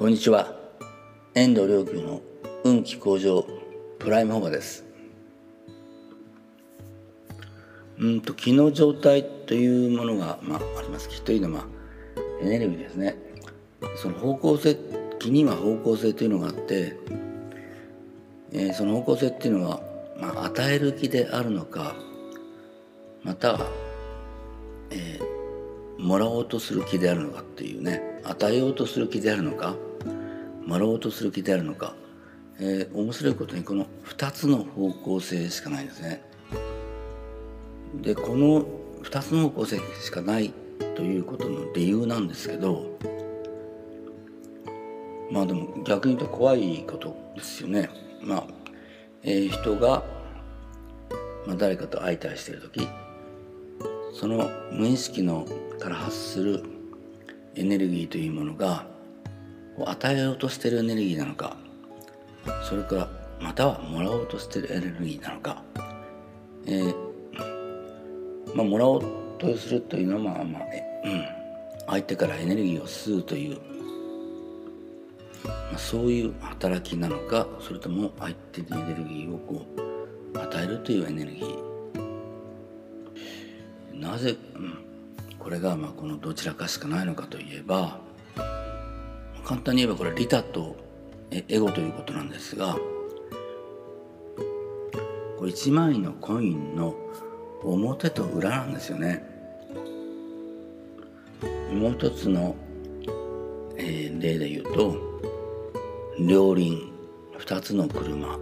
こんにちは。遠藤良久の運気向上プライムホーバーです。気の状態というものが、あります。気というのは、エネルギーですね。その方向性、気には方向性というのがあって、その方向性っていうのは、与える気であるのか、または、もらおうとする気であるのかっていうね、与えようとする気であるのか、もらおうとする気であるのか、面白いことにこの2つの方向性しかないんですね。でこの2つの方向性しかないということの理由なんですけど、でも逆に言うと怖いことですよね。人が、誰かと相対しているとき、その無意識のから発するエネルギーというものが与えようとしているエネルギーなのか、それからまたはもらおうとしているエネルギーなのか、もらおうとするというのは、相手からエネルギーを吸うという、そういう働きなのか、それとも相手にエネルギーを与えるというエネルギー、なぜ、これがこのどちらかしかないのかといえば、簡単に言えばこれ利他とエゴということなんですが、これ1枚のコインの表と裏なんですよね。もう一つの、例で言うと、両輪2つの車、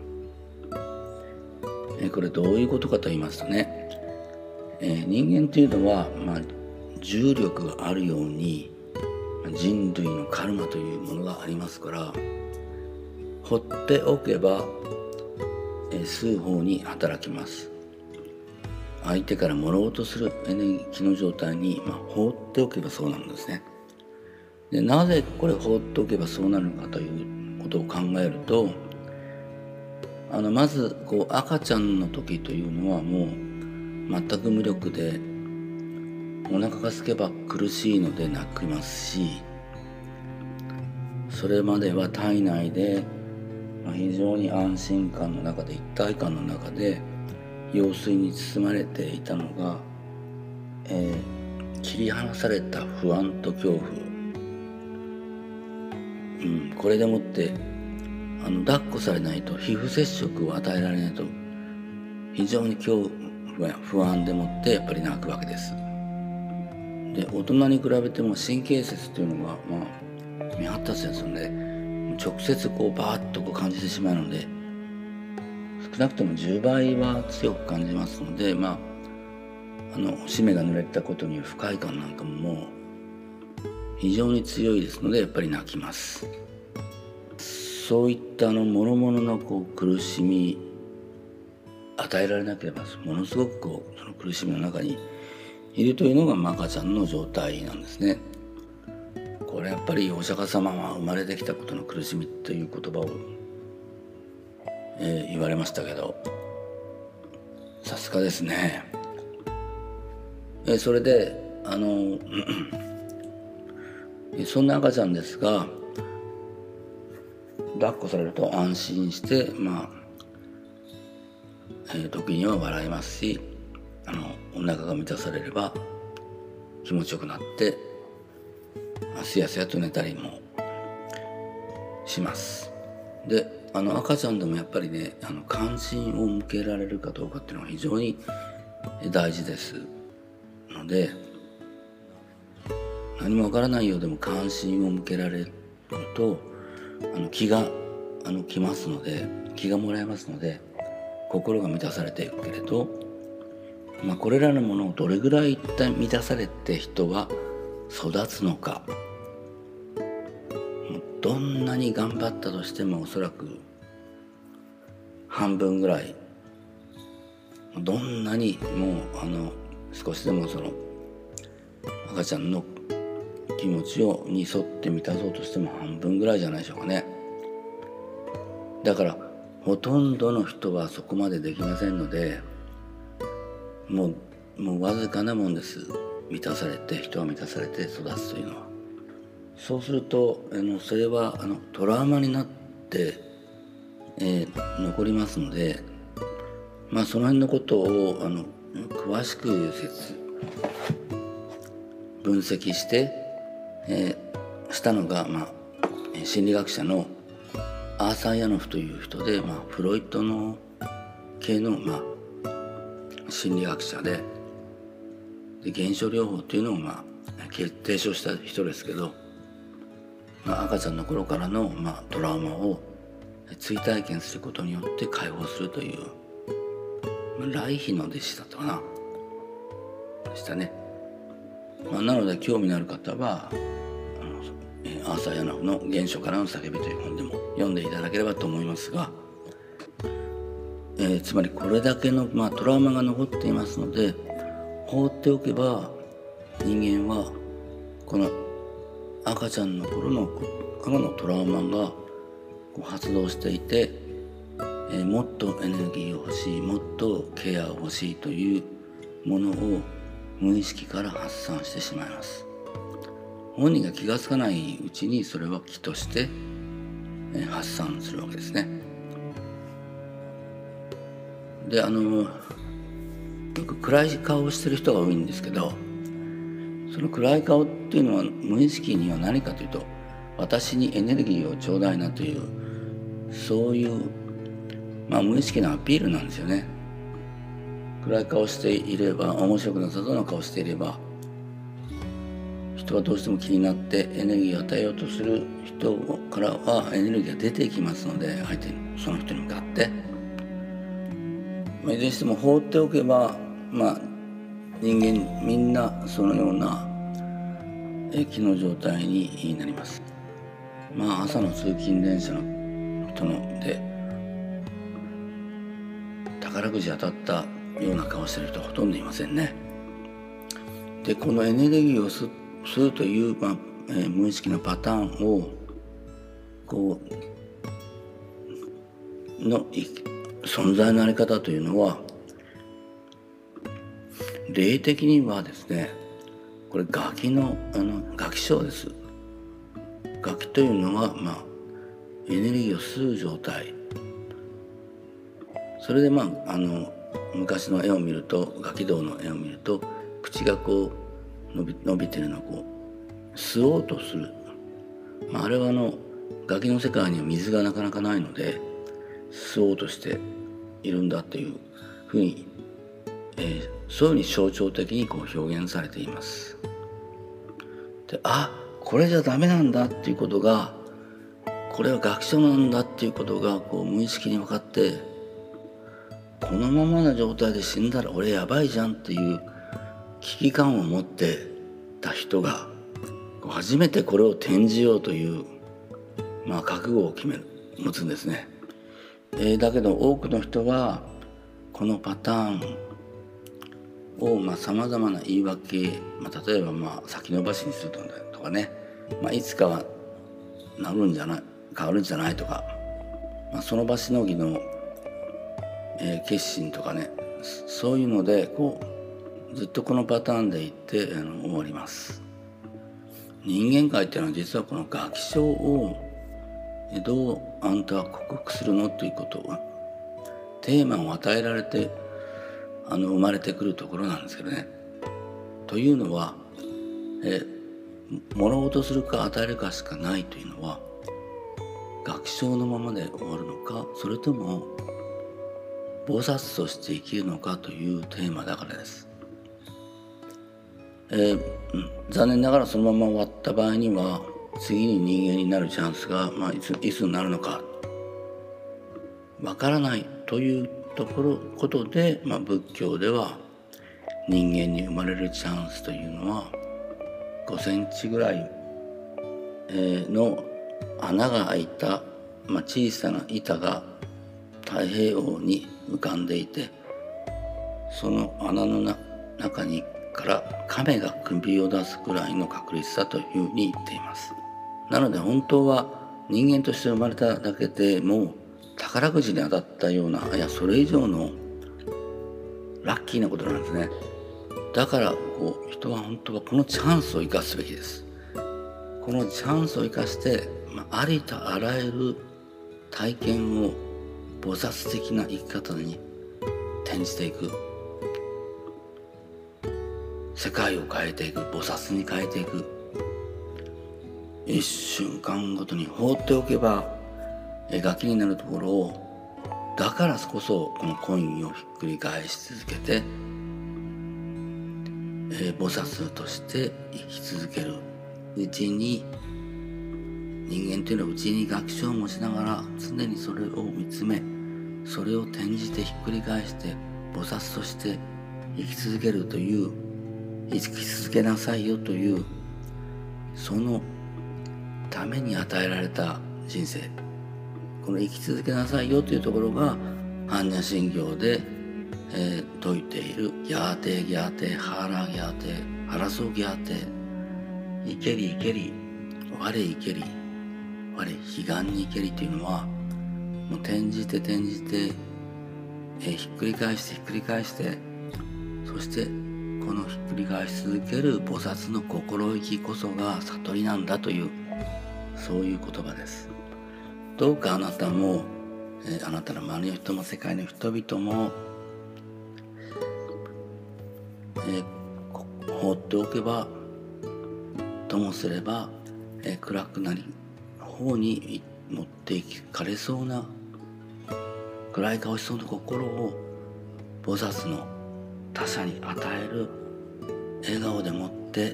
これどういうことかと言いますとね、人間というのは、重力があるように人類のカルマというものがありますから、放っておけば吸う方に働きます。相手からもらおうとするエネルギー、気の状態に、放っておけばそうなるんですね。でなぜこれ放っておけばそうなるのかということを考えると、まず赤ちゃんの時というのはもう全く無力で、お腹が空けば苦しいので泣きますし、それまでは体内で非常に安心感の中で、一体感の中で羊水に包まれていたのが、切り離された不安と恐怖、これでもって抱っこされないと、皮膚接触を与えられないと非常に恐怖や不安でもってやっぱり泣くわけです。で大人に比べても神経節というのが未発達ですので、直接バーッと感じてしまうので、少なくとも10倍は強く感じますので、紙目が濡れたことによる不快感なんかも非常に強いですので、やっぱり泣きます。そういった諸々の苦しみ与えられなければ、ものすごくその苦しみの中にいるというのが赤ちゃんの状態なんですね。これやっぱりお釈迦様は生まれてきたことの苦しみという言葉を、言われましたけど、さすがですね。それでそんな赤ちゃんですが、抱っこされると安心して、時には笑いますし、お腹が満たされれば気持ちよくなってすやすやと寝たりもします。で赤ちゃんでもやっぱりね、関心を向けられるかどうかっていうのは非常に大事ですので、何もわからないようでも関心を向けられると気が来ますので、気がもらえますので、心が満たされていくけれど、これらのものをどれぐらい一体満たされて人は育つのか、どんなに頑張ったとしてもおそらく半分ぐらい、どんなにもう少しでもその赤ちゃんの気持ちに沿って満たそうとしても半分ぐらいじゃないでしょうかね。だからほとんどの人はそこまでできませんので、もうわずかなもんです。人は満たされて育つというのは。 そうするとそれはトラウマになって、残りますので、その辺のことを詳しく分析して、したのが、心理学者のアーサー・ヤノフという人で、フロイトの系の、心理学者で現象療法というのを、提唱した人ですけど、赤ちゃんの頃からの、トラウマを追体験することによって解放するという、ライヒの弟子だったかなでしたね。なので興味のある方はアーサー・ヤノフの原初からの叫びという本でも読んでいただければと思いますが、つまりこれだけの、トラウマが残っていますので、放っておけば人間はこの赤ちゃんの頃のトラウマが発動していて、もっとエネルギーを欲しい、もっとケアを欲しいというものを無意識から発散してしまいます。本人が気がつかないうちにそれは気として発散するわけですね。でよく暗い顔をしてる人が多いんですけど、その暗い顔っていうのは無意識には何かというと、私にエネルギーをちょうだいなという、そういう無意識なアピールなんですよね。暗い顔していれば、面白くなさそうな顔していれば、人はどうしても気になってエネルギーを与えようとする人からはエネルギーが出てきますので、相手に、その人に向かって、いずれにしても放っておけば、人間みんなそのような気の状態になります。朝の通勤電車の人ので宝くじ当たったような顔してる人はほとんどいませんね。でこのエネルギーを吸うという、無意識のパターンをの存在のあり方というのは、霊的にはですね、これガキのガキ症です。ガキというのは、エネルギーを吸う状態。それで昔の絵を見ると、ガキ道の絵を見ると、口が伸びてるのを吸おうとする。あれはガキの世界には水がなかなかないので、吸おうとしているんだというふうに、そういうふうに象徴的に表現されています。で、これじゃダメなんだっていうことが、これはガキ症なんだっていうことが無意識に分かって、このままの状態で死んだら俺やばいじゃんっていう危機感を持ってた人が初めてこれを転じようという、覚悟を持つんですね。だけど多くの人はこのパターンをさまざまな言い訳、例えば先延ばしにするとかね、いつかは変わるんじゃないとか、その場しのぎの、決心とかね、そういうのでずっとこのパターンでいって終わります。人間界っていうのは実はこのガキ症をどうあんたは克服するのということをテーマを与えられて生まれてくるところなんですけどね。というのは、物事するか与えるかしかないというのは、ガキ症のままで終わるのか、それとも菩薩として生きるのかというテーマだからです。残念ながらそのまま終わった場合には、次に人間になるチャンスが、いつになるのかわからないということで、仏教では人間に生まれるチャンスというのは5センチぐらいの穴が開いた、小さな板が太平洋に浮かんでいて、その穴の中にから亀が首を出すくらいの確率だというふうに言っています。なので本当は人間として生まれただけでも宝くじに当たったような、それ以上のラッキーなことなんですね。だから人は本当はこのチャンスを生かすべきです。 このチャンスを生かして、ありとあらゆる体験を菩薩的な生き方に転じていく、世界を変えていく、菩薩に変えていく。一瞬間ごとに放っておけばガキになるところを、だからこそこのコインをひっくり返し続けて、菩薩として生き続けるうちに、人間というのはうちに学習を持ちながら常にそれを見つめ、それを転じてひっくり返して菩薩として生き続けるという、生き続けなさいよという、そのために与えられた人生、この生き続けなさいよというところが般若心経で、説いているギャーテーギャーテーハーラーギャーテーハラソーギャーテー、いけりいけり我いけり我彼岸にけりというのは、もう転じて転じて、ひっくり返してひっくり返して、そしてこのひっくり返し続ける菩薩の心意気こそが悟りなんだという、そういう言葉です。どうかあなたも、あなたの周りの人も世界の人々も、放っておけば、ともすれば、暗くなり方に持っていかれそうな、暗い顔しそうな心を菩薩の他者に与える笑顔でもって、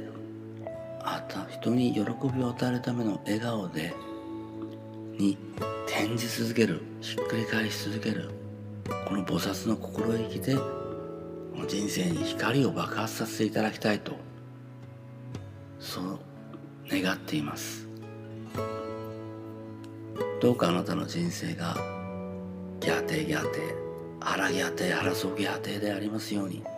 人に喜びを与えるための笑顔でに転じ続ける、ひっくり返し続ける、この菩薩の心意気でこの人生に光を爆発させていただきたいと、そう願っています。どうかあなたの人生がギャーテーギャーテー、アラギャーテー、アラソギャーテーでありますように。